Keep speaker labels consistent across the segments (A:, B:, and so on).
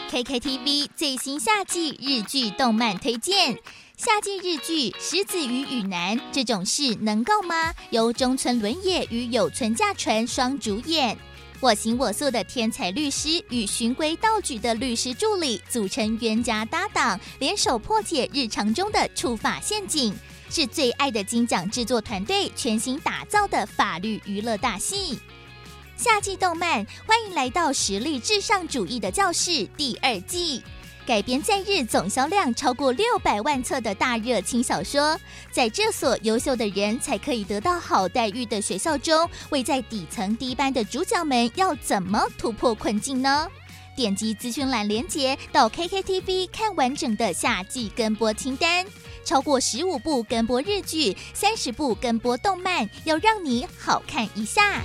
A: KKTV 最新夏季日剧动漫推荐。夏季日剧《石子与雨男这种事能够吗》由中村伦也与有村架纯双主演。我行我素的天才律师与循规蹈矩的律师助理组成冤家搭档，联手破解日常中的触法陷阱，是最爱的金奖制作团队全新打造的法律娱乐大戏。夏季动漫，欢迎来到实力至上主义的教室第2季。改编在日总销量超过600万册的大热轻小说，在这所优秀的人才可以得到好待遇的学校中，位在底层低班的主角们要怎么突破困境呢？点击资讯栏连结到 KKTV 看完整的夏季跟播清单，超过15部跟播日剧，30部跟播动漫，要让你好看一下。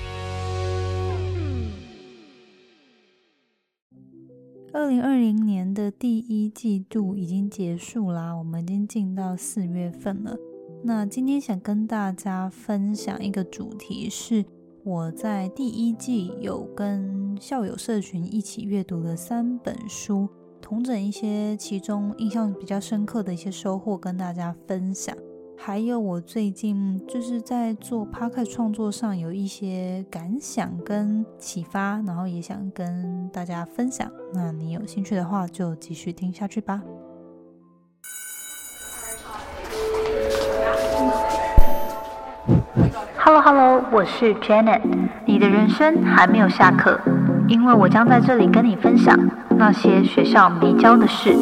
B: 2020年的第1季度已经结束啦，我们已经进到4月份了。那今天想跟大家分享一个主题，是我在第1季有跟校友社群一起阅读的3本书，统整一些其中印象比较深刻的一些收获跟大家分享。还有我最近就是在做 Podcast 创作上有一些感想跟启发，然后也想跟大家分享。那你有兴趣的话就继续听下去吧。
C: Hello， 我是 Janet， 你的人生还没有下课，因为我将在这里跟你分享那些学校没教的事。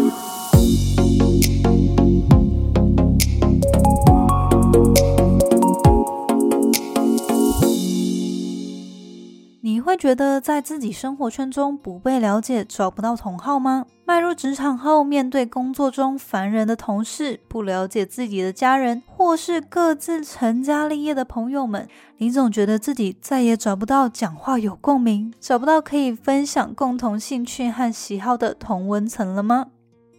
B: 你会觉得在自己生活圈中不被了解，找不到同好吗？迈入职场后，面对工作中烦人的同事，不了解自己的家人，或是各自成家立业的朋友们，你总觉得自己再也找不到讲话有共鸣，找不到可以分享共同兴趣和喜好的同温层了吗？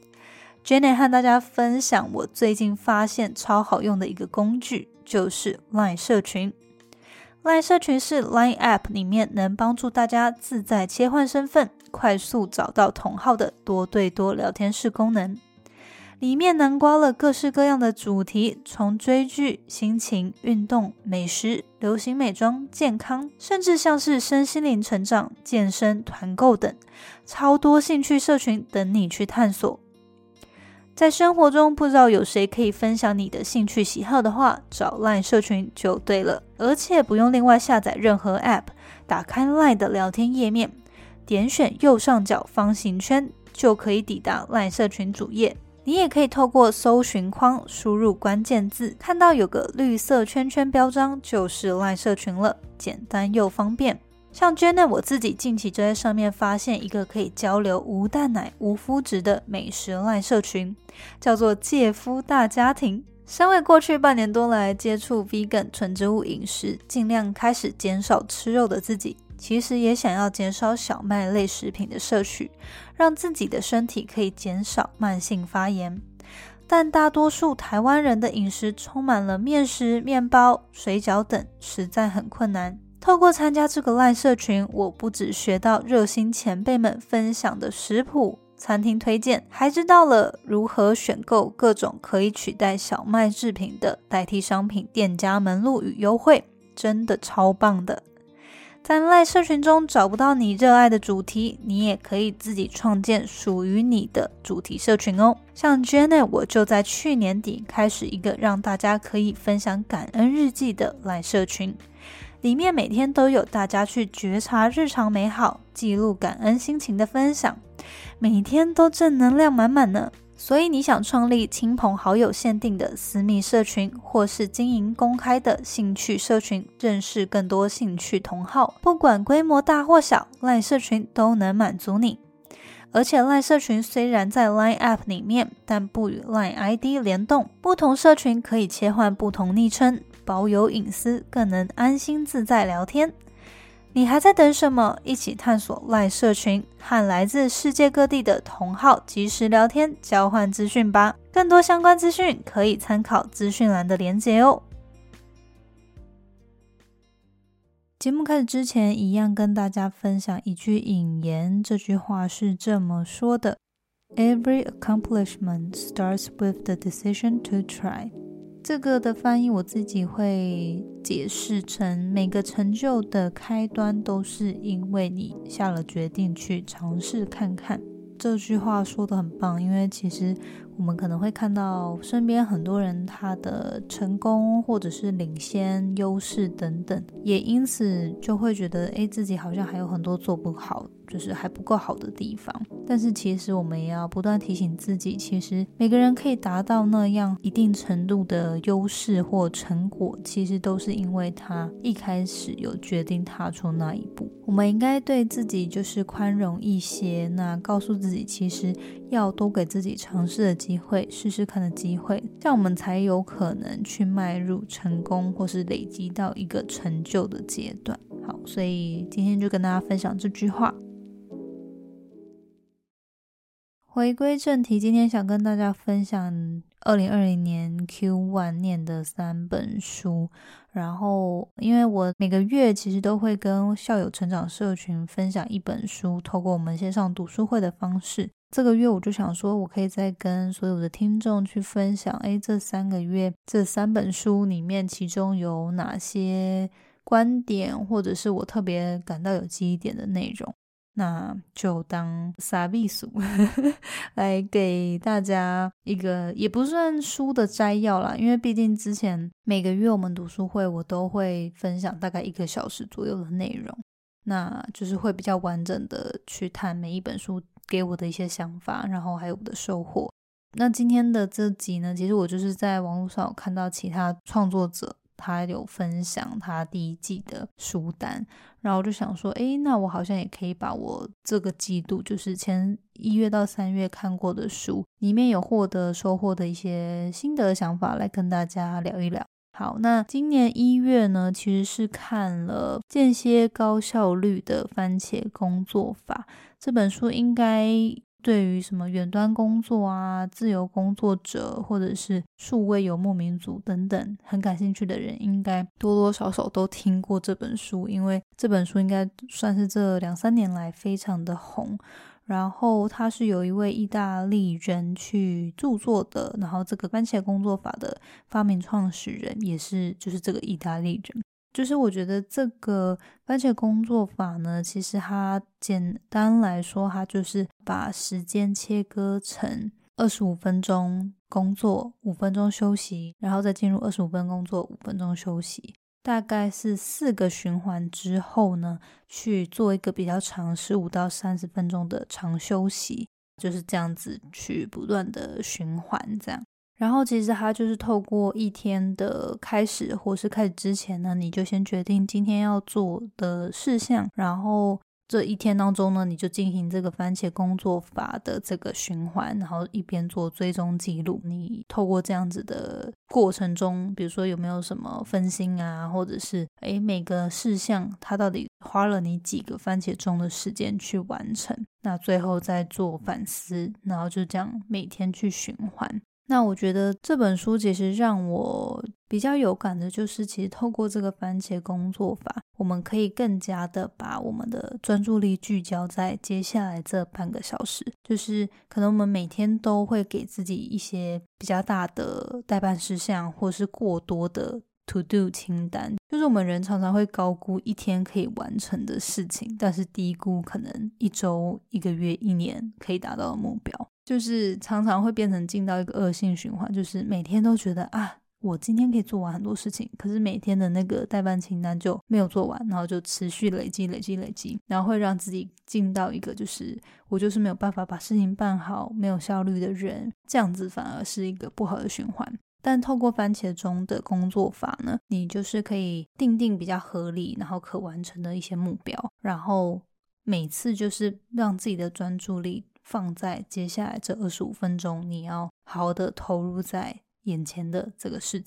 B: Jenny 和大家分享我最近发现超好用的一个工具，就是 LINE 社群。LINE 社群是 LINE App 里面能帮助大家自在切换身份，快速找到同好的多对多聊天室功能。里面囊括了各式各样的主题，从追剧、心情、运动、美食、流行美妆、健康，甚至像是身心灵成长、健身、团购等，超多兴趣社群等你去探索。在生活中不知道有谁可以分享你的兴趣喜好的话，找 LINE 社群就对了，而且不用另外下载任何 App， 打开 LINE 的聊天页面，点选右上角方形圈就可以抵达 LINE 社群主页。你也可以透过搜寻框输入关键字，看到有个绿色圈圈标章就是 LINE 社群了，简单又方便。像 Jenna 我自己近期就在上面发现一个可以交流无蛋奶无麸质的美食 LINE 社群，叫做戒麸大家庭。身为过去半年多来接触 vegan 纯植物饮食，尽量开始减少吃肉的自己，其实也想要减少小麦类食品的摄取，让自己的身体可以减少慢性发炎。但大多数台湾人的饮食充满了面食、面包、水饺等，实在很困难。透过参加这个 LINE 社群，我不只学到热心前辈们分享的食谱、餐厅推荐，还知道了如何选购各种可以取代小麦制品的代替商品店家门路与优惠，真的超棒的。在 LINE 社群中找不到你热爱的主题，你也可以自己创建属于你的主题社群哦。像 Jenna 我就在去年底开始一个让大家可以分享感恩日记的 LINE 社群，里面每天都有大家去觉察日常美好，记录感恩心情的分享，每天都正能量满满呢。所以你想创立亲朋好友限定的私密社群，或是经营公开的兴趣社群，认识更多兴趣同好，不管规模大或小， LINE 社群都能满足你。而且 LINE 社群虽然在 LINE App 里面，但不与 LINE ID 联动，不同社群可以切换不同昵称，保有隐私，更能安心自在聊天。你还在等什么？一起探索 LINE 社群，和来自世界各地的同好即时聊天，交换资讯吧。更多相关资讯可以参考资讯栏的连结哦。 节目开始之前，一样跟大家分享一句引言，这句话是这么说的： Every accomplishment starts with the decision to try。 这个的翻译我自己会解释成，每个成就的开端都是因为你下了决定去尝试看看。这句话说得很棒，因为其实我们可能会看到身边很多人他的成功或者是领先优势等等，也因此就会觉得自己好像还有很多做不好，就是还不够好的地方。但是其实我们也要不断提醒自己，其实每个人可以达到那样一定程度的优势或成果，其实都是因为他一开始有决定踏出那一步。我们应该对自己就是宽容一些，那告诉自己其实要多给自己尝试的机会，试试看的机会，这样我们才有可能去迈入成功或是累积到一个成就的阶段。好，所以今天就跟大家分享这句话。回归正题，今天想跟大家分享2020年 Q1 念的3本书。然后因为我每个月其实都会跟校友成长社群分享一本书，透过我们线上读书会的方式。这个月我就想说，我可以再跟所有的听众去分享这3个月这3本书里面其中有哪些观点，或者是我特别感到有记忆点的内容，那就当撒币数来给大家一个也不算书的摘要啦，因为毕竟之前每个月我们读书会我都会分享大概1个小时左右的内容，那就是会比较完整的去谈每一本书给我的一些想法，然后还有我的收获。那今天的这集呢，其实我就是在网络上有看到其他创作者他有分享他第1季的书单，然后我就想说那我好像也可以把我这个季度就是前1月到3月看过的书里面有获得收获的一些心得想法来跟大家聊一聊。好，那今年1月呢，其实是看了《间歇高效率的番茄工作法》这本书，应该对于什么远端工作啊、自由工作者或者是数位游牧民族等等很感兴趣的人，应该多多少少都听过这本书，因为这本书应该算是这2-3年来非常的红。然后它是有一位意大利人去著作的，然后这个番茄工作法的发明创始人也是就是这个意大利人。就是我觉得这个番茄工作法呢，其实它简单来说，它就是把时间切割成25分钟工作5分钟休息，然后再进入25分工作5分钟休息，大概是4个循环之后呢，去做一个比较长15到30分钟的长休息，就是这样子去不断的循环这样。然后其实它就是透过一天的开始或是开始之前呢，你就先决定今天要做的事项，然后这一天当中呢，你就进行这个番茄工作法的这个循环，然后一边做追踪记录。你透过这样子的过程中，比如说有没有什么分心啊，或者是每个事项它到底花了你几个番茄钟的时间去完成，那最后再做反思，然后就这样每天去循环。那我觉得这本书其实让我比较有感的就是，其实透过这个番茄工作法，我们可以更加的把我们的专注力聚焦在接下来这半个小时。就是可能我们每天都会给自己一些比较大的待办事项，或是过多的 to do 清单，就是我们人常常会高估一天可以完成的事情，但是低估可能1周、1个月、1年可以达到的目标，就是常常会变成进到一个恶性循环，就是每天都觉得我今天可以做完很多事情，可是每天的那个待办清单就没有做完，然后就持续累积，然后会让自己进到一个就是我就是没有办法把事情办好，没有效率的人，这样子反而是一个不好的循环。但透过番茄钟的工作法呢，你就是可以定比较合理然后可完成的一些目标，然后每次就是让自己的专注力放在接下来这25分钟，你要好好的投入在眼前的这个事情。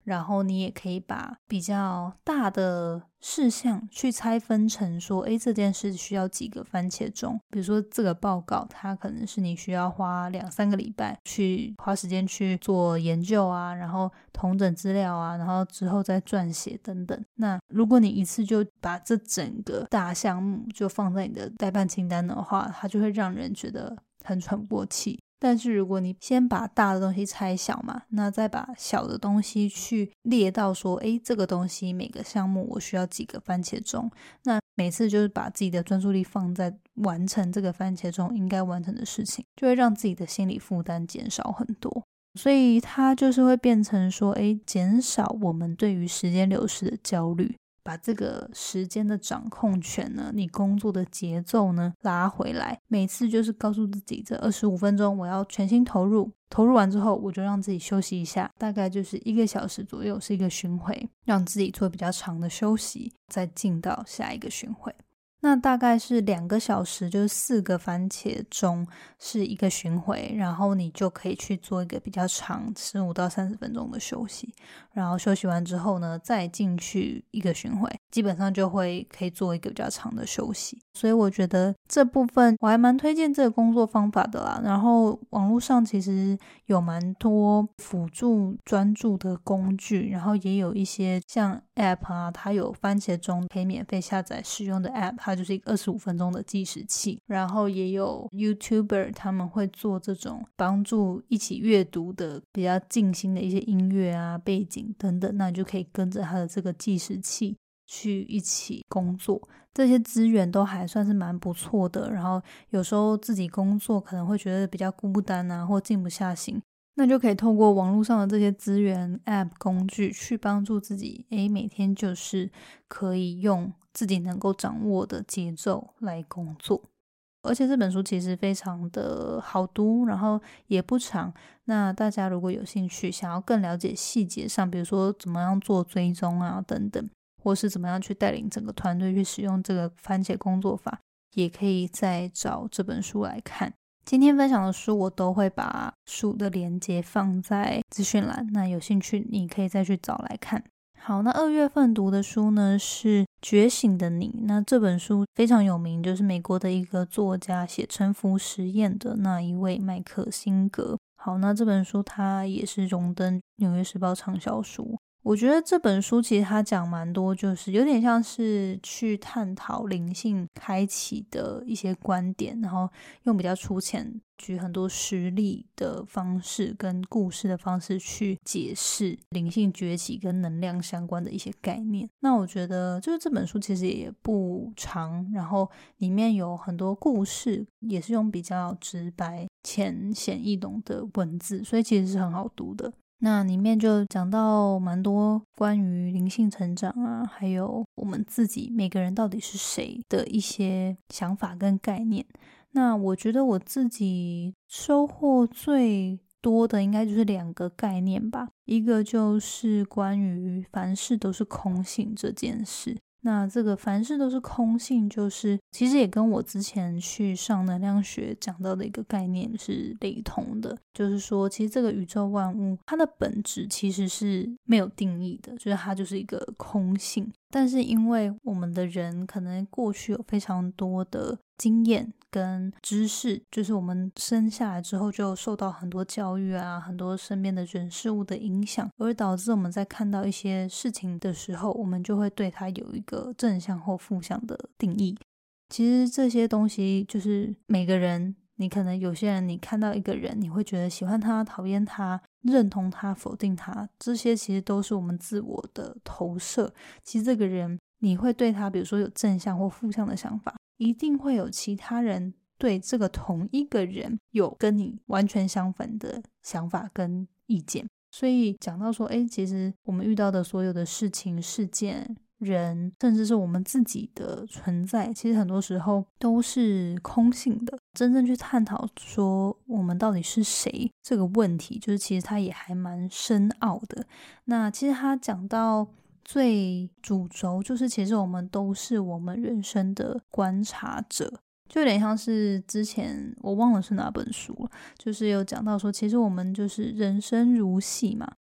B: 然后你也可以把比较大的事项去拆分成说，这件事需要几个番茄钟。比如说这个报告它可能是你需要花2-3个礼拜去花时间去做研究啊，然后统整资料啊，然后之后再撰写等等。那如果你一次就把这整个大项目就放在你的待办清单的话，它就会让人觉得很喘不过气。但是如果你先把大的东西拆小嘛，那再把小的东西去列到说，这个东西每个项目我需要几个番茄钟，那每次就是把自己的专注力放在完成这个番茄钟应该完成的事情，就会让自己的心理负担减少很多。所以它就是会变成说，减少我们对于时间流逝的焦虑，把这个时间的掌控权呢，你工作的节奏呢拉回来，每次就是告诉自己这25分钟我要全心投入完之后我就让自己休息一下，大概就是1个小时左右是一个巡回，让自己做比较长的休息，再进到下一个巡回。那大概是2个小时，就是4个番茄钟是一个巡回，然后你就可以去做一个比较长15到30分钟的休息，然后休息完之后呢再进去一个巡回，基本上就会可以做一个比较长的休息。所以我觉得这部分我还蛮推荐这个工作方法的啦。然后网络上其实有蛮多辅助专注的工具，然后也有一些像 App 啊，它有番茄钟可以免费下载使用的 App， 它就是一个25分钟的计时器。然后也有 YouTuber 他们会做这种帮助一起阅读的比较静心的一些音乐啊、背景等等，那你就可以跟着它的这个计时器去一起工作。这些资源都还算是蛮不错的，然后有时候自己工作可能会觉得比较孤单啊，或静不下心，那就可以透过网络上的这些资源 App 工具去帮助自己每天就是可以用自己能够掌握的节奏来工作。而且这本书其实非常的好读，然后也不长，那大家如果有兴趣想要更了解细节上，比如说怎么样做追踪啊等等，或是怎么样去带领整个团队去使用这个番茄工作法，也可以再找这本书来看。今天分享的书我都会把书的连结放在资讯栏，那有兴趣你可以再去找来看。好，那2月份读的书呢是觉醒的你。那这本书非常有名，就是美国的一个作家写沉浮实验的那一位麦克辛格。好，那这本书它也是荣登纽约时报畅销书。我觉得这本书其实它讲蛮多，就是有点像是去探讨灵性开启的一些观点，然后用比较粗浅举很多实例的方式跟故事的方式去解释灵性崛起跟能量相关的一些概念。那我觉得就是这本书其实也不长，然后里面有很多故事也是用比较直白浅显易懂的文字，所以其实是很好读的。那里面就讲到蛮多关于灵性成长啊，还有我们自己每个人到底是谁的一些想法跟概念。那我觉得我自己收获最多的应该就是2个概念吧，一个就是关于凡事都是空性这件事。那这个凡事都是空性，就是其实也跟我之前去上能量学讲到的一个概念是雷同的，就是说其实这个宇宙万物它的本质其实是没有定义的，就是它就是一个空性。但是因为我们的人可能过去有非常多的经验跟知识，就是我们生下来之后就受到很多教育啊，很多身边的人事物的影响，而导致我们在看到一些事情的时候，我们就会对它有一个正向或负向的定义。其实这些东西就是每个人，你可能有些人你看到一个人，你会觉得喜欢他、讨厌他、认同他、否定他，这些其实都是我们自我的投射。其实这个人你会对他比如说有正向或负向的想法，一定会有其他人对这个同一个人有跟你完全相反的想法跟意见。所以讲到说其实我们遇到的所有的事情、事件、人，甚至是我们自己的存在，其实很多时候都是空性的。真正去探讨说我们到底是谁这个问题，就是其实它也还蛮深奥的。那其实他讲到最主轴，就是其实我们都是我们人生的观察者，就有点像是之前我忘了是哪本书了，就是有讲到说其实我们就是人生如戏嘛。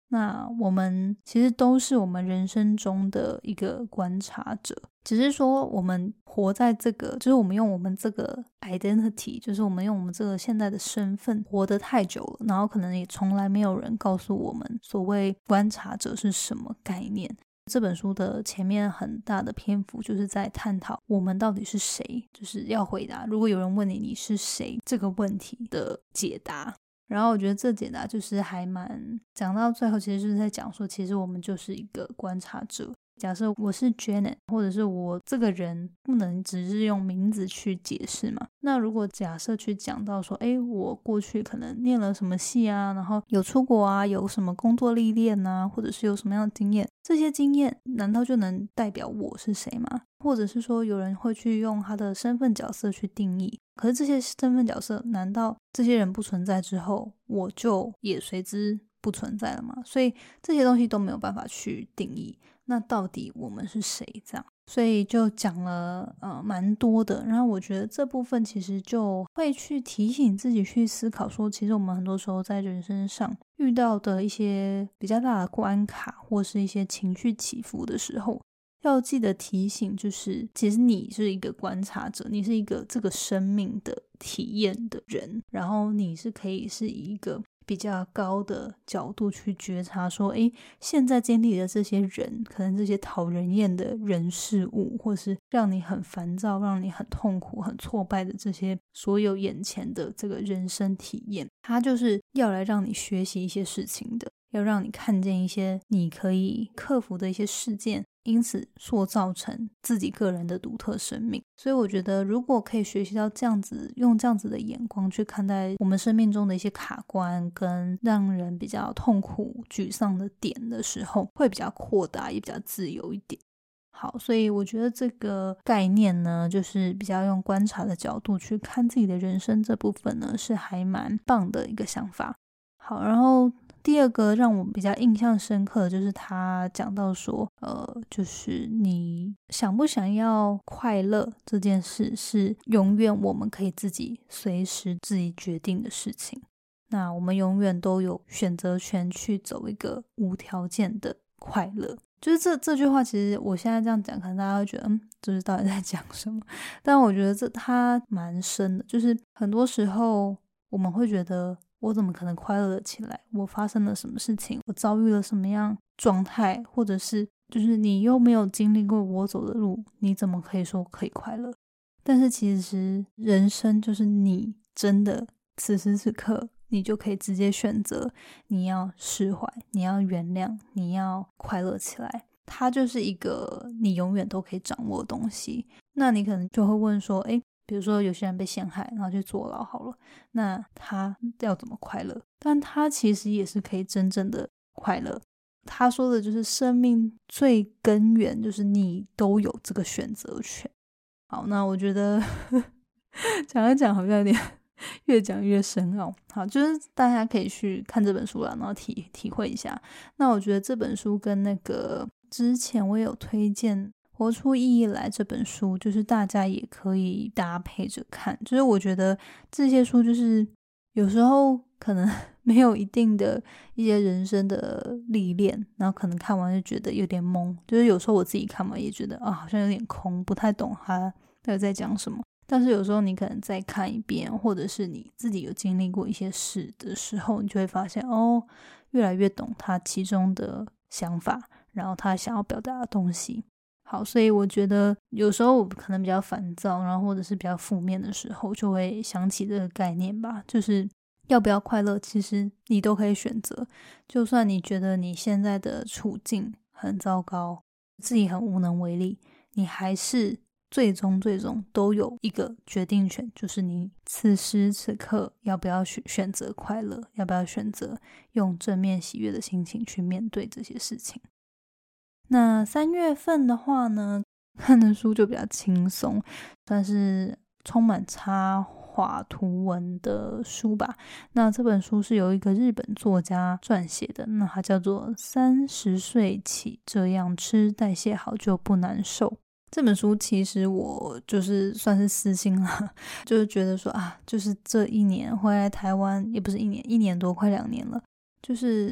B: 那我们其实都是我们人生中的一个观察者，只是说我们活在这个，就是我们用我们这个 identity， 就是我们用我们这个现在的身份活得太久了，然后可能也从来没有人告诉我们所谓观察者是什么概念。这本书的前面很大的篇幅就是在探讨我们到底是谁，就是要回答如果有人问你是谁这个问题的解答。然后我觉得这解答就是还蛮讲到最后，其实就是在讲说其实我们就是一个观察者。假设我是 Janet， 或者是我这个人不能只是用名字去解释嘛，那如果假设去讲到说我过去可能念了什么系啊，然后有出国啊，有什么工作历练啊，或者是有什么样的经验，这些经验难道就能代表我是谁吗？或者是说有人会去用他的身份角色去定义，可是这些身份角色难道这些人不存在之后我就也随之不存在了吗？所以这些东西都没有办法去定义，那到底我们是谁这样？所以就讲了蛮多的。然后我觉得这部分其实就会去提醒自己去思考说，其实我们很多时候在人生上遇到的一些比较大的关卡或是一些情绪起伏的时候，要记得提醒，就是其实你是一个观察者，你是一个这个生命的体验的人，然后你是可以是以一个比较高的角度去觉察说现在经历的这些人，可能这些讨人厌的人事物，或是让你很烦躁让你很痛苦很挫败的这些所有眼前的这个人生体验，它就是要来让你学习一些事情的，要让你看见一些你可以克服的一些事件，因此塑造成自己个人的独特生命。所以我觉得如果可以学习到这样子，用这样子的眼光去看待我们生命中的一些卡关跟让人比较痛苦沮丧的点的时候，会比较扩大也比较自由一点。好，所以我觉得这个概念呢，就是比较用观察的角度去看自己的人生，这部分呢是还蛮棒的一个想法。好，然后第二个让我比较印象深刻的就是他讲到说就是你想不想要快乐这件事是永远我们可以自己随时自己决定的事情，那我们永远都有选择权去走一个无条件的快乐。就是这句话其实我现在这样讲可能大家会觉得就是到底在讲什么，但我觉得它蛮深的。就是很多时候我们会觉得我怎么可能快乐得起来，我发生了什么事情，我遭遇了什么样状态，或者是就是你又没有经历过我走的路，你怎么可以说可以快乐？但是其实人生就是你真的此时此刻你就可以直接选择你要释怀，你要原谅，你要快乐起来，它就是一个你永远都可以掌握的东西。那你可能就会问说比如说有些人被陷害然后去坐牢好了，那他要怎么快乐？但他其实也是可以真正的快乐。他说的就是生命最根源就是你都有这个选择权。好，那我觉得讲一讲好像有点越讲越深奥。好，就是大家可以去看这本书啦，然后体会一下。那我觉得这本书跟那个之前我也有推荐活出意义来这本书，就是大家也可以搭配着看。就是我觉得这些书就是有时候可能没有一定的一些人生的历练，然后可能看完就觉得有点懵，就是有时候我自己看完也觉得好像有点空，不太懂他到底在讲什么。但是有时候你可能再看一遍，或者是你自己有经历过一些事的时候，你就会发现越来越懂他其中的想法，然后他想要表达的东西。好，所以我觉得有时候我可能比较烦躁，然后或者是比较负面的时候，就会想起这个概念吧，就是要不要快乐其实你都可以选择。就算你觉得你现在的处境很糟糕，自己很无能为力，你还是最终都有一个决定权，就是你此时此刻要不要选择快乐，要不要选择用正面喜悦的心情去面对这些事情。那3月份的话呢，看的书就比较轻松，算是充满插画图文的书吧。那这本书是由一个日本作家撰写的，那它叫做30岁起这样吃，代谢好就不难受。这本书其实我就是算是私心啦，就是觉得说就是这一年回来台湾，也不是一年多快2年了，就是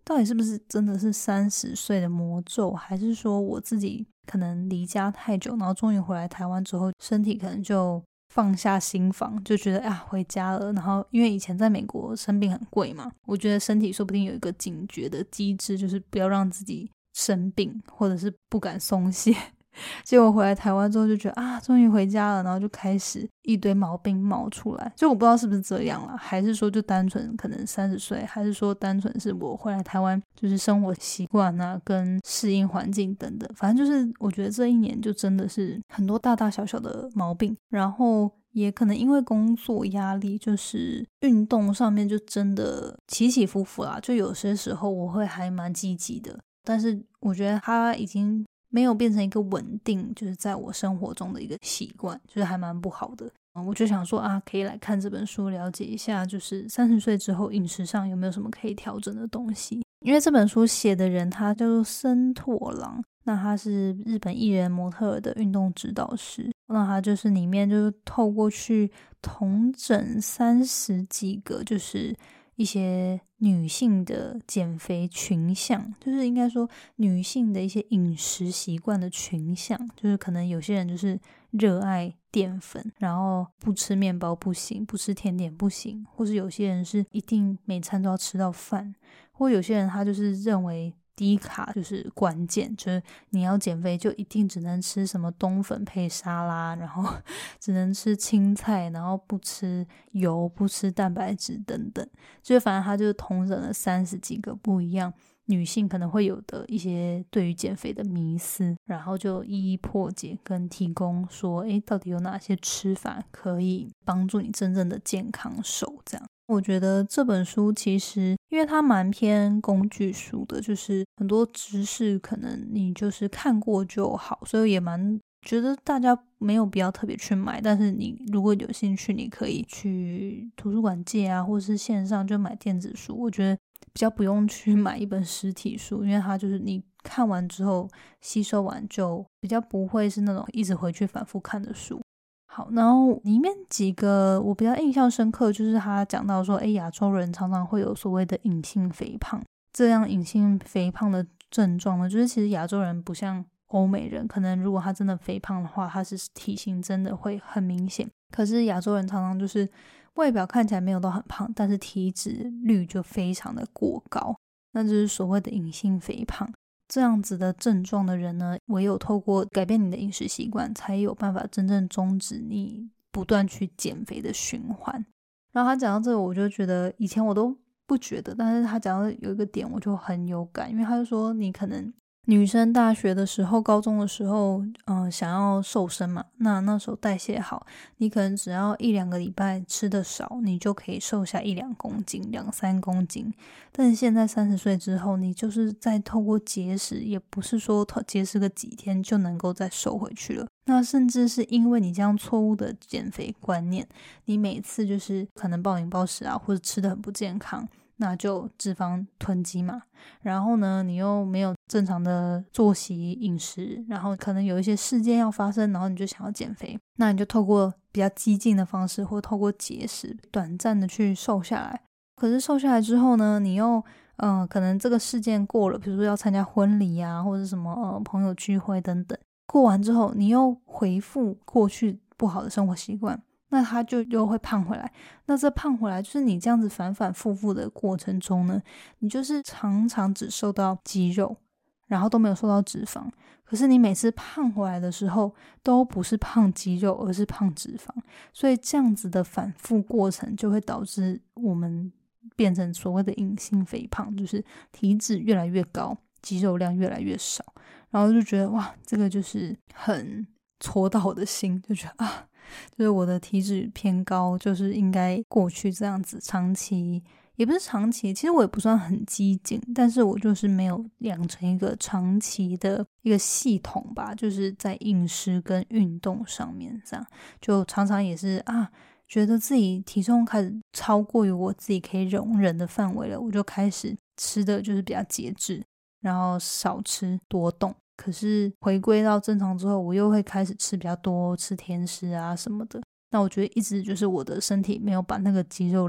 B: 到底是不是真的是30岁的魔咒，还是说我自己可能离家太久，然后终于回来台湾之后，身体可能就放下心防，就觉得回家了。然后因为以前在美国生病很贵嘛，我觉得身体说不定有一个警觉的机制，就是不要让自己生病，或者是不敢松懈。结果回来台湾之后就觉得终于回家了，然后就开始一堆毛病冒出来。就我不知道是不是这样啦，还是说就单纯可能30岁，还是说单纯是我回来台湾就是生活习惯啊跟适应环境等等，反正就是我觉得这一年就真的是很多大大小小的毛病。然后也可能因为工作压力，就是运动上面就真的起起伏伏啦，就有些时候我会还蛮积极的，但是我觉得它已经没有变成一个稳定，就是在我生活中的一个习惯，就是还蛮不好的。我就想说可以来看这本书，了解一下就是30岁之后饮食上有没有什么可以调整的东西。因为这本书写的人他叫做森拓郎，那他是日本艺人模特儿的运动指导师，那他就是里面就是透过去统整30几个就是一些女性的减肥群项，就是应该说女性的一些饮食习惯的群项，就是可能有些人就是热爱淀粉，然后不吃面包不行，不吃甜点不行，或是有些人是一定每餐都要吃到饭，或有些人他就是认为低卡就是关键，就是你要减肥就一定只能吃什么冬粉配沙拉，然后只能吃青菜，然后不吃油，不吃蛋白质等等，就是反正他就统整了30几个不一样女性可能会有的一些对于减肥的迷思，然后就一一破解跟提供说到底有哪些吃法可以帮助你真正的健康瘦这样。我觉得这本书其实因为它蛮偏工具书的，就是很多知识可能你就是看过就好，所以也蛮觉得大家没有必要特别去买，但是你如果有兴趣你可以去图书馆借啊，或是线上就买电子书，我觉得比较不用去买一本实体书，因为它就是你看完之后吸收完就比较不会是那种一直回去反复看的书。好，然后里面几个我比较印象深刻，就是他讲到说亚洲人常常会有所谓的隐性肥胖，这样隐性肥胖的症状呢，就是其实亚洲人不像欧美人，可能如果他真的肥胖的话，他是体型真的会很明显，可是亚洲人常常就是外表看起来没有到很胖，但是体脂率就非常的过高，那就是所谓的隐性肥胖。这样子的症状的人呢，唯有透过改变你的饮食习惯，才有办法真正终止你不断去减肥的循环。然后他讲到这个，我就觉得以前我都不觉得，但是他讲到有一个点我就很有感，因为他就说你可能女生大学的时候高中的时候想要瘦身嘛，那时候代谢好，你可能只要1-2个礼拜吃得少，你就可以瘦下1-2公斤2-3公斤。但是现在30岁之后，你就是再透过节食，也不是说节食个几天就能够再瘦回去了，那甚至是因为你这样错误的减肥观念，你每次就是可能暴饮暴食啊，或者吃得很不健康，那就脂肪囤积嘛，然后呢你又没有正常的作息饮食，然后可能有一些事件要发生，然后你就想要减肥，那你就透过比较激进的方式，或透过节食短暂的去瘦下来。可是瘦下来之后呢，你又可能这个事件过了，比如说要参加婚礼啊，或者什么朋友聚会等等，过完之后你又回复过去不好的生活习惯，那他就又会胖回来。那这胖回来就是你这样子反反复复的过程中呢，你就是常常只瘦到肌肉，然后都没有瘦到脂肪，可是你每次胖回来的时候都不是胖肌肉，而是胖脂肪，所以这样子的反复过程就会导致我们变成所谓的隐性肥胖，就是体脂越来越高，肌肉量越来越少，然后就觉得哇，这个就是很戳到我的心，就觉得就是我的体脂偏高，就是应该过去这样子长期，也不是长期，其实我也不算很激进，但是我就是没有养成一个长期的一个系统吧，就是在饮食跟运动上面这样，就常常也是觉得自己体重开始超过于我自己可以容忍的范围了，我就开始吃的就是比较节制，然后少吃多动。可是回归到正常之后，我又会开始吃比较多，吃甜食啊什么的，那我觉得一直就是我的身体没有把那个肌肉量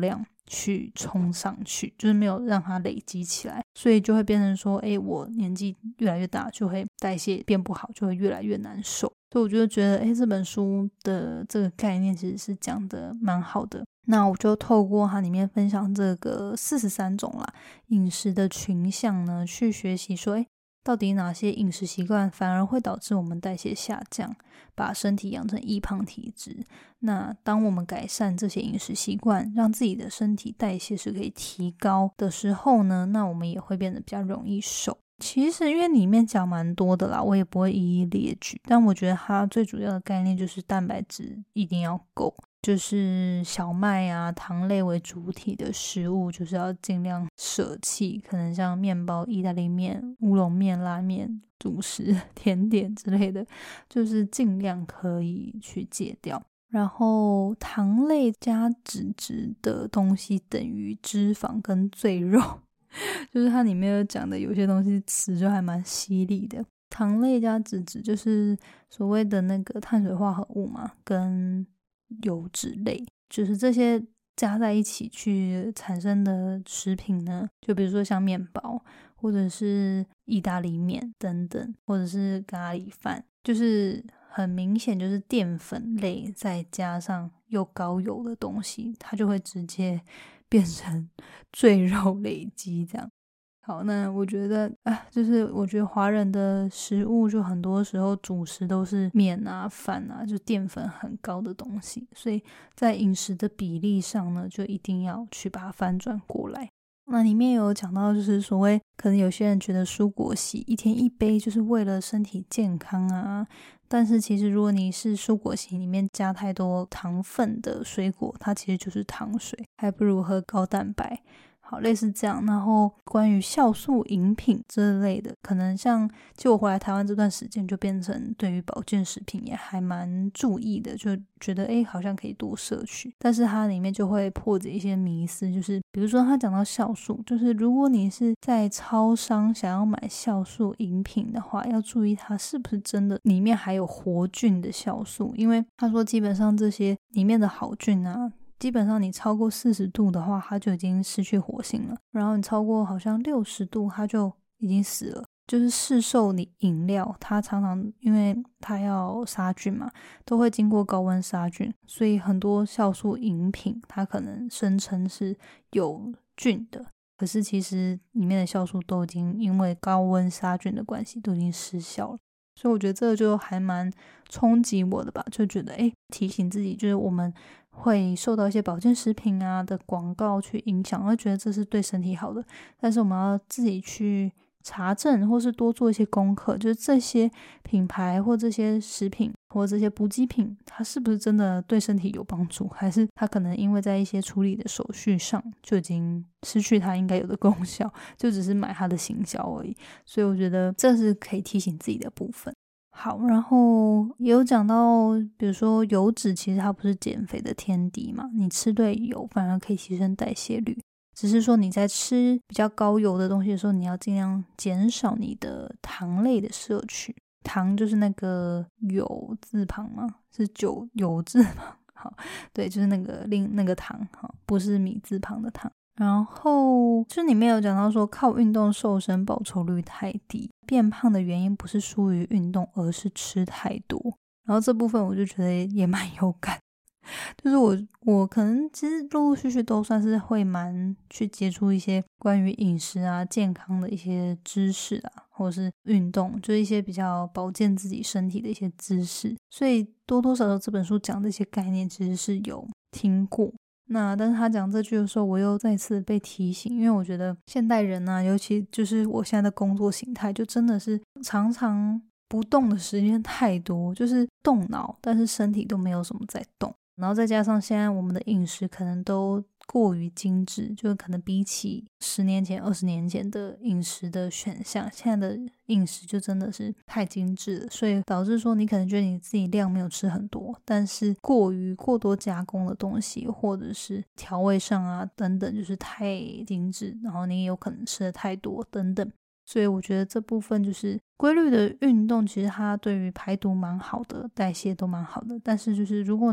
B: 去冲上去，就是没有让它累积起来，所以就会变成说我年纪越来越大，就会代谢变不好，就会越来越难受。所以我就觉得这本书的这个概念其实是讲的蛮好的。那我就透过它里面分享这个43种啦饮食的群项呢，去学习说到底哪些饮食习惯反而会导致我们代谢下降，把身体养成易胖体质。那当我们改善这些饮食习惯，让自己的身体代谢是可以提高的时候呢，那我们也会变得比较容易瘦。其实因为里面讲蛮多的啦，我也不会一一列举，但我觉得它最主要的概念就是蛋白质一定要够，就是小麦啊糖类为主体的食物就是要尽量舍弃，可能像面包、意大利面、乌龙面、拉面、主食、甜点之类的，就是尽量可以去戒掉。然后糖类加脂质的东西等于脂肪跟赘肉，就是它里面有讲的有些东西词就还蛮犀利的。糖类加脂质就是所谓的那个碳水化合物嘛，跟油脂类，就是这些加在一起去产生的食品呢，就比如说像面包或者是意大利面等等，或者是咖喱饭，就是很明显就是淀粉类再加上又高油的东西，它就会直接变成赘肉累积这样。好，那我觉得就是我觉得华人的食物就很多时候主食都是面啊饭啊，就淀粉很高的东西，所以在饮食的比例上呢，就一定要去把它翻转过来。那里面有讲到就是所谓可能有些人觉得蔬果昔一天一杯就是为了身体健康啊，但是其实如果你是蔬果昔里面加太多糖分的水果，它其实就是糖水，还不如喝高蛋白。好，类似这样。然后关于酵素饮品之类的，可能像就我回来台湾这段时间就变成对于保健食品也还蛮注意的，就觉得好像可以多摄取，但是它里面就会破解一些迷思，就是比如说他讲到酵素，就是如果你是在超商想要买酵素饮品的话，要注意它是不是真的里面还有活菌的酵素，因为他说基本上这些里面的好菌啊，基本上你超过40度的话，它就已经失去活性了，然后你超过好像60度它就已经死了。就是市售你饮料，它常常因为它要杀菌嘛，都会经过高温杀菌，所以很多酵素饮品它可能声称是有菌的，可是其实里面的酵素都已经因为高温杀菌的关系都已经失效了。所以我觉得这个就还蛮冲击我的吧，就觉得提醒自己，就是我们会受到一些保健食品啊的广告去影响，会觉得这是对身体好的，但是我们要自己去查证或是多做一些功课，就是这些品牌或这些食品或这些补给品它是不是真的对身体有帮助，还是它可能因为在一些处理的手续上就已经失去它应该有的功效，就只是买它的行销而已。所以我觉得这是可以提醒自己的部分。好，然后也有讲到比如说油脂其实它不是减肥的天敌嘛，你吃对油反而可以提升代谢率，只是说你在吃比较高油的东西的时候，你要尽量减少你的糖类的摄取。糖就是那个酉字旁吗？是酉字旁。好，对，就是那个糖，不是米字旁的糖。然后就里面有讲到说，靠运动瘦身报酬率太低，变胖的原因不是疏于运动，而是吃太多。然后这部分我就觉得也蛮有感，就是我可能其实陆陆续续都算是会蛮去接触一些关于饮食啊健康的一些知识啊，或者是运动，就是一些比较保健自己身体的一些知识，所以多多少少这本书讲的一些概念其实是有听过。那但是他讲这句的时候，我又再次被提醒，因为我觉得现代人啊，尤其就是我现在的工作形态，就真的是常常不动的时间太多，就是动脑但是身体都没有什么在动，然后再加上现在我们的饮食可能都过于精致，就可能比起10年前20年前的饮食的选项，现在的饮食就真的是太精致了，所以导致说你可能觉得你自己量没有吃很多，但是过多加工的东西或者是调味上啊等等就是太精致，然后你也有可能吃的太多等等。所以我觉得这部分就是规律的运动，其实它对于排毒蛮好的，代谢都蛮好的，但是就是如果你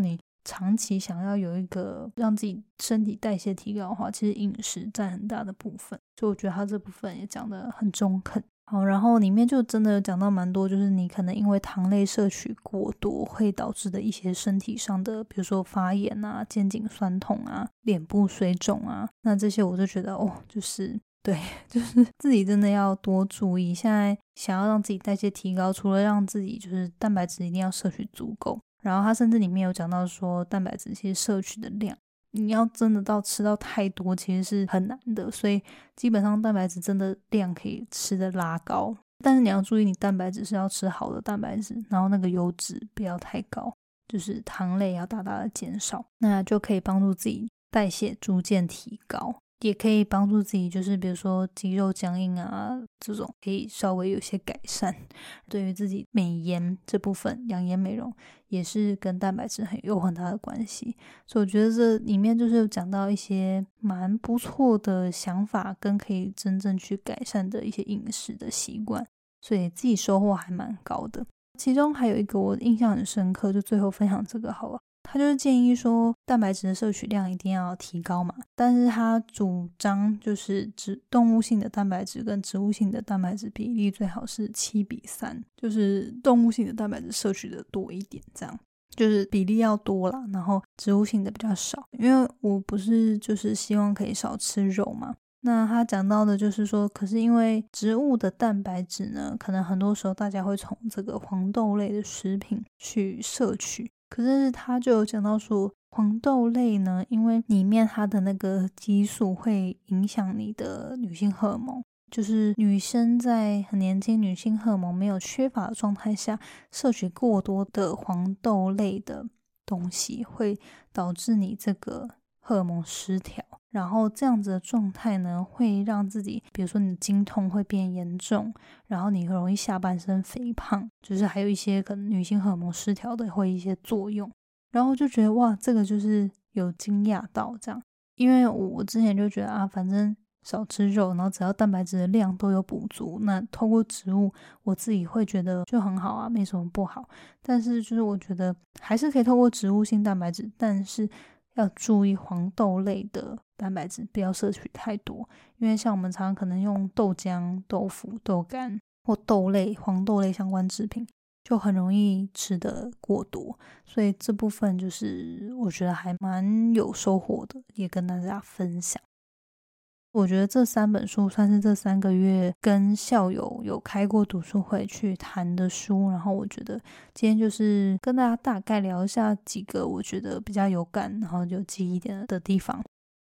B: 长期想要有一个让自己身体代谢提高的话，其实饮食占很大的部分，所以我觉得他这部分也讲得很中肯。好，然后里面就真的有讲到蛮多，就是你可能因为糖类摄取过多会导致的一些身体上的，比如说发炎啊、肩颈酸痛啊、脸部水肿啊，那这些我就觉得就是对，就是自己真的要多注意。现在想要让自己代谢提高，除了让自己就是蛋白质一定要摄取足够，然后它甚至里面有讲到说蛋白质其实摄取的量，你要真的吃到太多其实是很难的，所以基本上蛋白质真的量可以吃的拉高，但是你要注意你蛋白质是要吃好的蛋白质，然后那个油脂不要太高，就是糖类要大大的减少，那就可以帮助自己代谢逐渐提高，也可以帮助自己就是比如说肌肉僵硬啊这种可以稍微有些改善。对于自己美颜这部分，养颜美容也是跟蛋白质有很大的关系，所以我觉得这里面就是有讲到一些蛮不错的想法跟可以真正去改善的一些饮食的习惯，所以自己收获还蛮高的。其中还有一个我印象很深刻，就最后分享这个好了。他就是建议说蛋白质的摄取量一定要提高嘛，但是他主张就是动物性的蛋白质跟植物性的蛋白质比例最好是7:3，就是动物性的蛋白质摄取的多一点，这样就是比例要多啦，然后植物性的比较少。因为我不是就是希望可以少吃肉嘛，那他讲到的就是说，可是因为植物的蛋白质呢，可能很多时候大家会从这个黄豆类的食品去摄取，可是他就有讲到说黄豆类呢，因为里面它的那个激素会影响你的女性荷尔蒙，就是女生在很年轻女性荷尔蒙没有缺乏的状态下摄取过多的黄豆类的东西，会导致你这个荷尔蒙失调，然后这样子的状态呢会让自己比如说你的经痛会变严重，然后你很容易下半身肥胖，就是还有一些可能女性荷尔蒙失调的会一些作用。然后就觉得哇，这个就是有惊讶到这样，因为我之前就觉得反正少吃肉，然后只要蛋白质的量都有补足，那透过植物我自己会觉得就很好啊，没什么不好。但是就是我觉得还是可以透过植物性蛋白质，但是要注意黄豆类的蛋白质不要摄取太多，因为像我们常常可能用豆浆、豆腐、豆干或豆类、黄豆类相关制品，就很容易吃得过多，所以这部分就是我觉得还蛮有收获的，也跟大家分享。我觉得这3本书算是这3个月跟校友有开过读书会去谈的书，然后我觉得今天就是跟大家大概聊一下几个我觉得比较有感然后有记忆点的地方。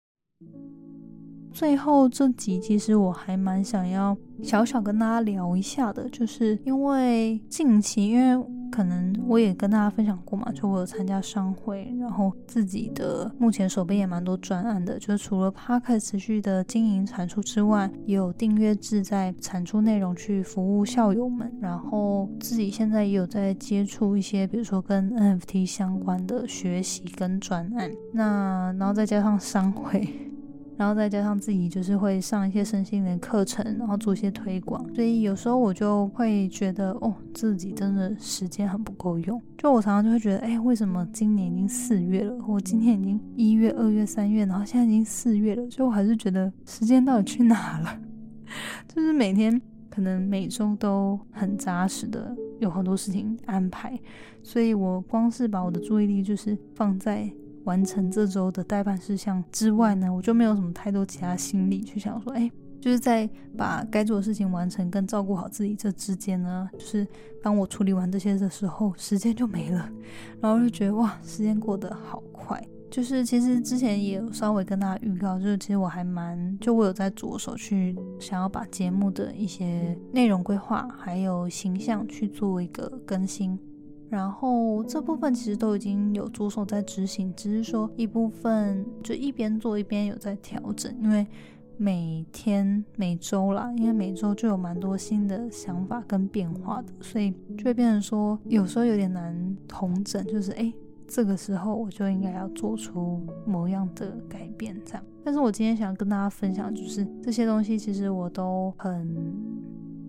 B: 最后这集其实我还蛮想要小小跟大家聊一下的，就是因为近期因为可能我也跟大家分享过嘛，就我有参加商会，然后自己的目前手边也蛮多专案的，就是除了 Podcast 持续的经营产出之外，也有订阅制在产出内容去服务校友们，然后自己现在也有在接触一些比如说跟 NFT 相关的学习跟专案，然后再加上商会，然后再加上自己就是会上一些身心灵课程，然后做一些推广，所以有时候我就会觉得自己真的时间很不够用。就我常常就会觉得为什么今年已经4月了，我今天已经1月、2月、3月，然后现在已经4月了，所以我还是觉得时间到底去哪了就是每天可能每周都很扎实的有很多事情安排，所以我光是把我的注意力就是放在完成这周的待办事项之外呢，我就没有什么太多其他心力去想说就是在把该做的事情完成跟照顾好自己这之间呢，就是当我处理完这些的时候时间就没了，然后就觉得哇，时间过得好快。就是其实之前也有稍微跟大家预告，就是其实我还我有在着手去想要把节目的一些内容规划还有形象去做一个更新，然后这部分其实都已经有着手在执行，只是说一部分就一边做一边有在调整，因为每周啦，因为每周就有蛮多新的想法跟变化的，所以就会变成说有时候有点难统整，就是这个时候我就应该要做出某样的改变这样。但是我今天想跟大家分享就是这些东西其实我都很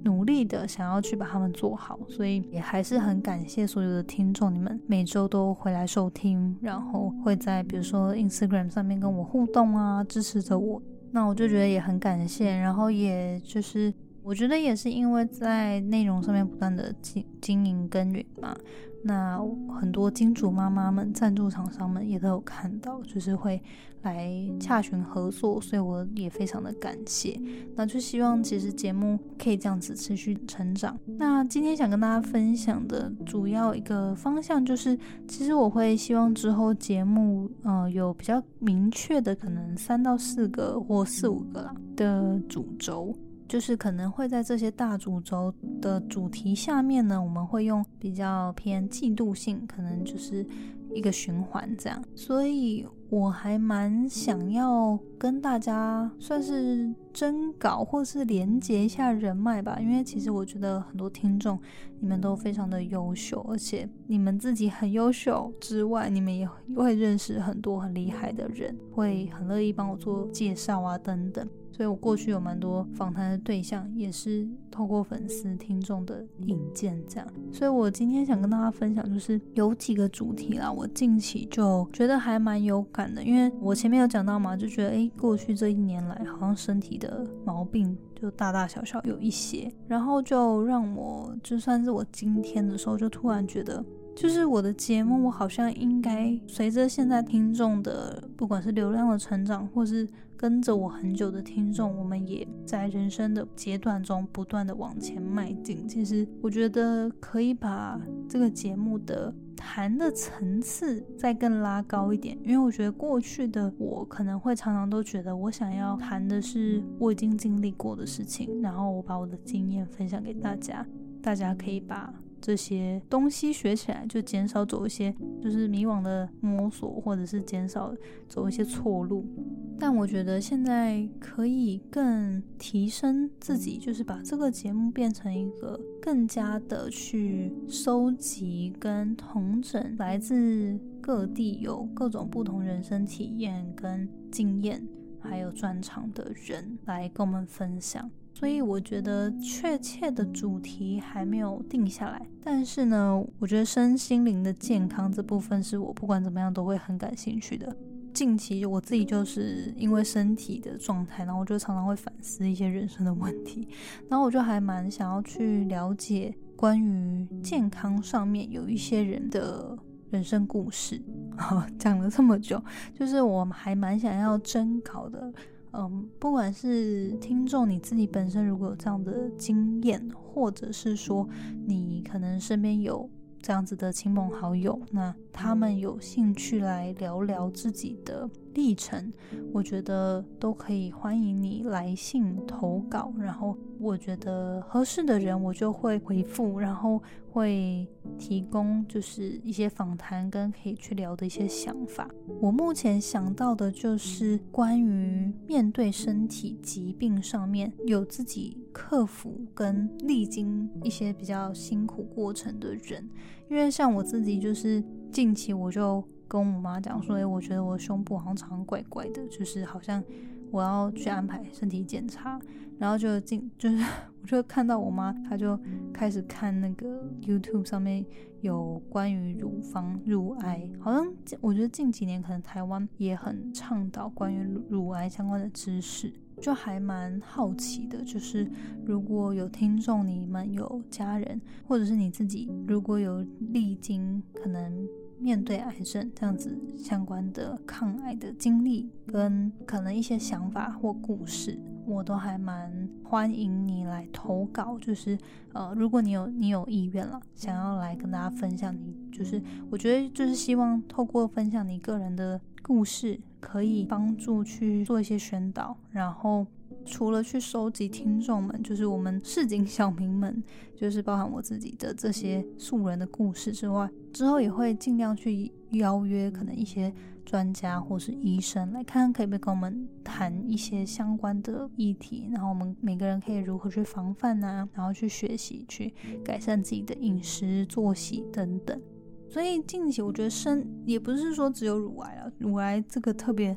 B: 努力的想要去把它们做好，所以也还是很感谢所有的听众，你们每周都回来收听，然后会在比如说 Instagram 上面跟我互动啊，支持着我，那我就觉得也很感谢。然后也就是我觉得也是因为在内容上面不断的经营耕耘嘛，那很多金主妈妈们、赞助厂商们也都有看到，就是会来洽询合作，所以我也非常的感谢。那就希望其实节目可以这样子持续成长。那今天想跟大家分享的主要一个方向就是，其实我会希望之后节目有比较明确的可能3到4个或4、5个啦的主轴。就是可能会在这些大主轴的主题下面呢，我们会用比较偏季度性，可能就是一个循环这样。所以我还蛮想要跟大家算是征稿或是连结一下人脉吧，因为其实我觉得很多听众你们都非常的优秀，而且你们自己很优秀之外，你们也会认识很多很厉害的人，会很乐意帮我做介绍啊等等。所以我过去有蛮多访谈的对象也是透过粉丝听众的引荐这样。所以我今天想跟大家分享就是有几个主题啦，我近期就觉得还蛮有感的，因为我前面有讲到嘛，就觉得过去这1年来好像身体的毛病就大大小小有一些，然后就让我就算是我今天的时候就突然觉得，就是我的节目我好像应该随着现在听众的不管是流量的成长，或是跟着我很久的听众，我们也在人生的阶段中不断的往前迈进。其实我觉得可以把这个节目的谈的层次再更拉高一点，因为我觉得过去的我可能会常常都觉得我想要谈的是我已经经历过的事情，然后我把我的经验分享给大家，大家可以把这些东西学起来，就减少走一些就是迷惘的摸索，或者是减少走一些错路。但我觉得现在可以更提升自己，就是把这个节目变成一个更加的去收集跟统整来自各地有各种不同人生体验跟经验还有专长的人来跟我们分享。所以我觉得确切的主题还没有定下来，但是呢，我觉得身心灵的健康这部分是我不管怎么样都会很感兴趣的。近期我自己就是因为身体的状态，然后我就常常会反思一些人生的问题，然后我就还蛮想要去了解关于健康上面有一些人的人生故事。讲了这么久，就是我还蛮想要征稿的。不管是听众你自己本身如果有这样的经验，或者是说你可能身边有这样子的亲朋好友，那他们有兴趣来聊聊自己的历程，我觉得都可以欢迎你来信投稿，然后我觉得合适的人我就会回复，然后会提供就是一些访谈跟可以去聊的一些想法。我目前想到的就是关于面对身体疾病上面有自己克服跟历经一些比较辛苦过程的人，因为像我自己就是近期我就跟我妈讲说，我觉得我胸部好像常怪怪的，就是好像我要去安排身体检查，然后就是我就看到我妈，她就开始看那个 YouTube 上面有关于乳房乳癌，好像我觉得近几年可能台湾也很倡导关于乳癌相关的知识，就还蛮好奇的，就是如果有听众你们有家人或者是你自己如果有历经可能面对癌症这样子相关的抗癌的经历跟可能一些想法或故事，我都还蛮欢迎你来投稿，就是如果你有意愿了，想要来跟大家分享，你就是我觉得就是希望透过分享你个人的故事可以帮助去做一些宣导，然后除了去收集听众们就是我们市井小民们，就是包含我自己的这些素人的故事之外，之后也会尽量去邀约可能一些专家或是医生来看看可以不可以跟我们谈一些相关的议题，然后我们每个人可以如何去防范啊，然后去学习去改善自己的饮食作息等等。所以近期我觉得也不是说只有乳癌了，乳癌这个特别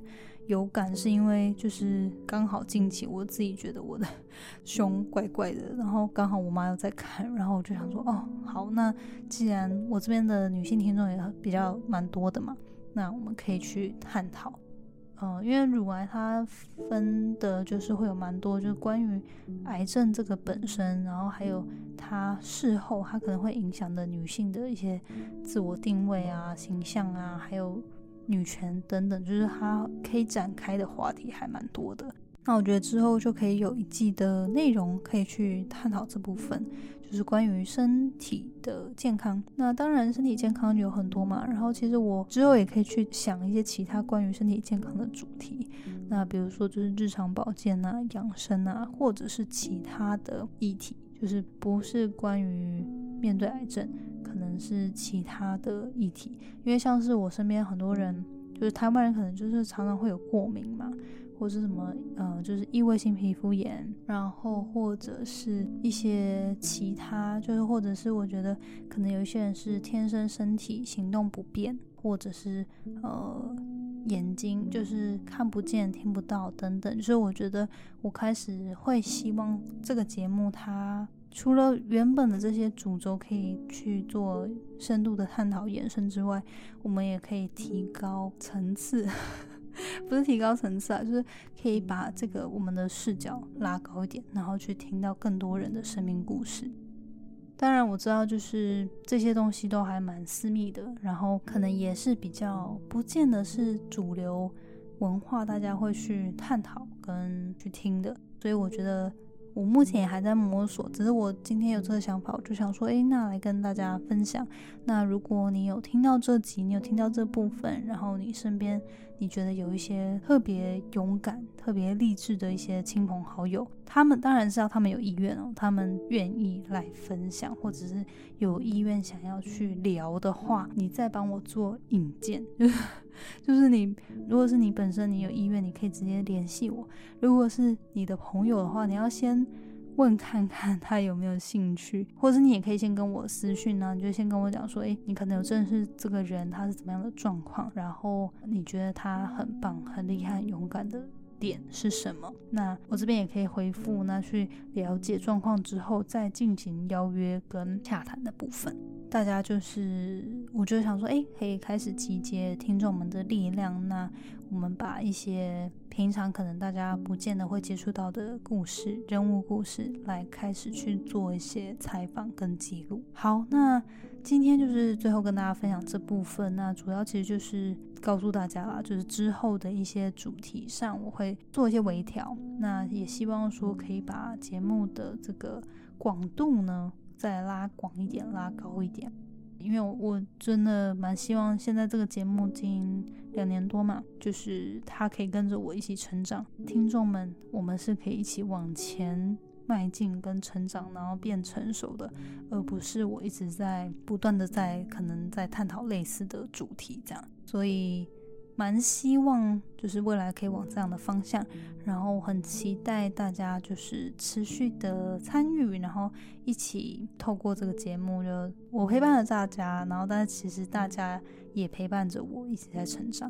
B: 有感，是因为就是刚好近期我自己觉得我的胸怪怪的，然后刚好我妈又在看，然后我就想说好，那既然我这边的女性听众也比较蛮多的嘛，那我们可以去探讨。因为乳癌它分的就是会有蛮多，就是关于癌症这个本身，然后还有它事后它可能会影响的女性的一些自我定位啊、形象啊，还有女权等等，就是它可以展开的话题还蛮多的。那我觉得之后就可以有一季的内容可以去探讨这部分，就是关于身体的健康。那当然身体健康有很多嘛，然后其实我之后也可以去想一些其他关于身体健康的主题，那比如说就是日常保健啊、养生啊，或者是其他的议题，就是不是关于面对癌症，可能是其他的议题。因为像是我身边很多人，就是台湾人可能就是常常会有过敏嘛，或是什么就是异位性皮肤炎，然后或者是一些其他，就是或者是我觉得可能有一些人是天生身体行动不便，或者是眼睛就是看不见听不到等等，所以我觉得我开始会希望这个节目它除了原本的这些主轴可以去做深度的探讨延伸之外，我们也可以提高层次不是提高层次啊，就是可以把这个我们的视角拉高一点，然后去听到更多人的生命故事。当然我知道就是这些东西都还蛮私密的，然后可能也是比较不见得是主流文化大家会去探讨跟去听的，所以我觉得我目前也还在摸索，只是我今天有这个想法，我就想说那来跟大家分享。那如果你有听到这集，你有听到这部分，然后你身边你觉得有一些特别勇敢特别励志的一些亲朋好友，他们当然是要他们有意愿他们愿意来分享，或者是有意愿想要去聊的话，你再帮我做引荐就是你如果是你本身你有意愿，你可以直接联系我，如果是你的朋友的话，你要先问看看他有没有兴趣，或者你也可以先跟我私讯啊，你就先跟我讲说你可能有认识这个人他是怎么样的状况，然后你觉得他很棒很厉害很勇敢的点是什么，那我这边也可以回复，那去了解状况之后再进行邀约跟洽谈的部分。大家就是我就想说可以开始集结听众们的力量，那我们把一些平常可能大家不见得会接触到的故事人物故事来开始去做一些采访跟记录。好，那今天就是最后跟大家分享这部分，那主要其实就是告诉大家啦，就是之后的一些主题上我会做一些微调，那也希望说可以把节目的这个广度呢再拉广一点拉高一点，因为我真的蛮希望现在这个节目经营2年多嘛，就是它可以跟着我一起成长，听众们我们是可以一起往前迈进跟成长，然后变成熟的，而不是我一直在不断的可能在探讨类似的主题这样，所以蛮希望就是未来可以往这样的方向，然后很期待大家就是持续的参与，然后一起透过这个节目，就我陪伴了大家，然后但是其实大家也陪伴着我一直在成长，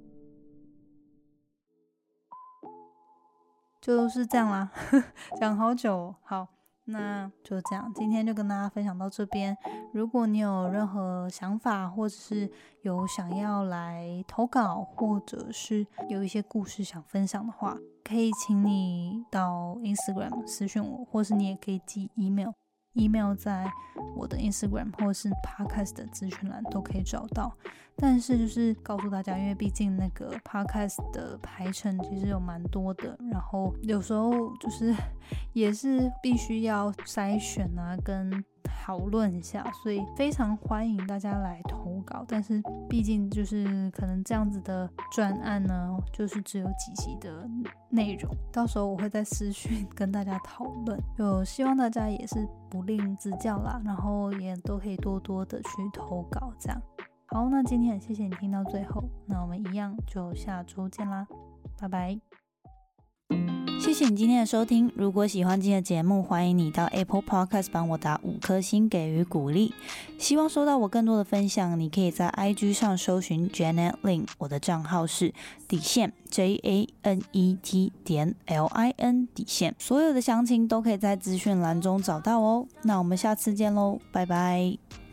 B: 就是这样啦讲好久好，那就这样，今天就跟大家分享到这边。如果你有任何想法，或者是有想要来投稿，或者是有一些故事想分享的话，可以请你到 Instagram 私讯我，或是你也可以寄 email在我的 Instagram 或是 Podcast 的资讯栏都可以找到。但是就是告诉大家，因为毕竟那个 Podcast 的排程其实有蛮多的，然后有时候就是也是必须要筛选啊跟讨论一下，所以非常欢迎大家来投稿，但是毕竟就是可能这样子的专案呢就是只有几集的内容，到时候我会在私讯跟大家讨论，就希望大家也是不吝指教啦，然后也都可以多多的去投稿这样。好，那今天很谢谢你听到最后，那我们一样就下周见啦，拜拜。 谢谢你今天的收听，如果喜欢今天的节目，欢迎你到 Apple Podcast 帮我打5颗星给予鼓励。希望收到我更多的分享，你可以在 IG 上搜寻 Janet Lin， 我的账号是JANET.LIN， 所有的详情都可以在资讯栏中找到哦。那我们下次见喽，拜拜。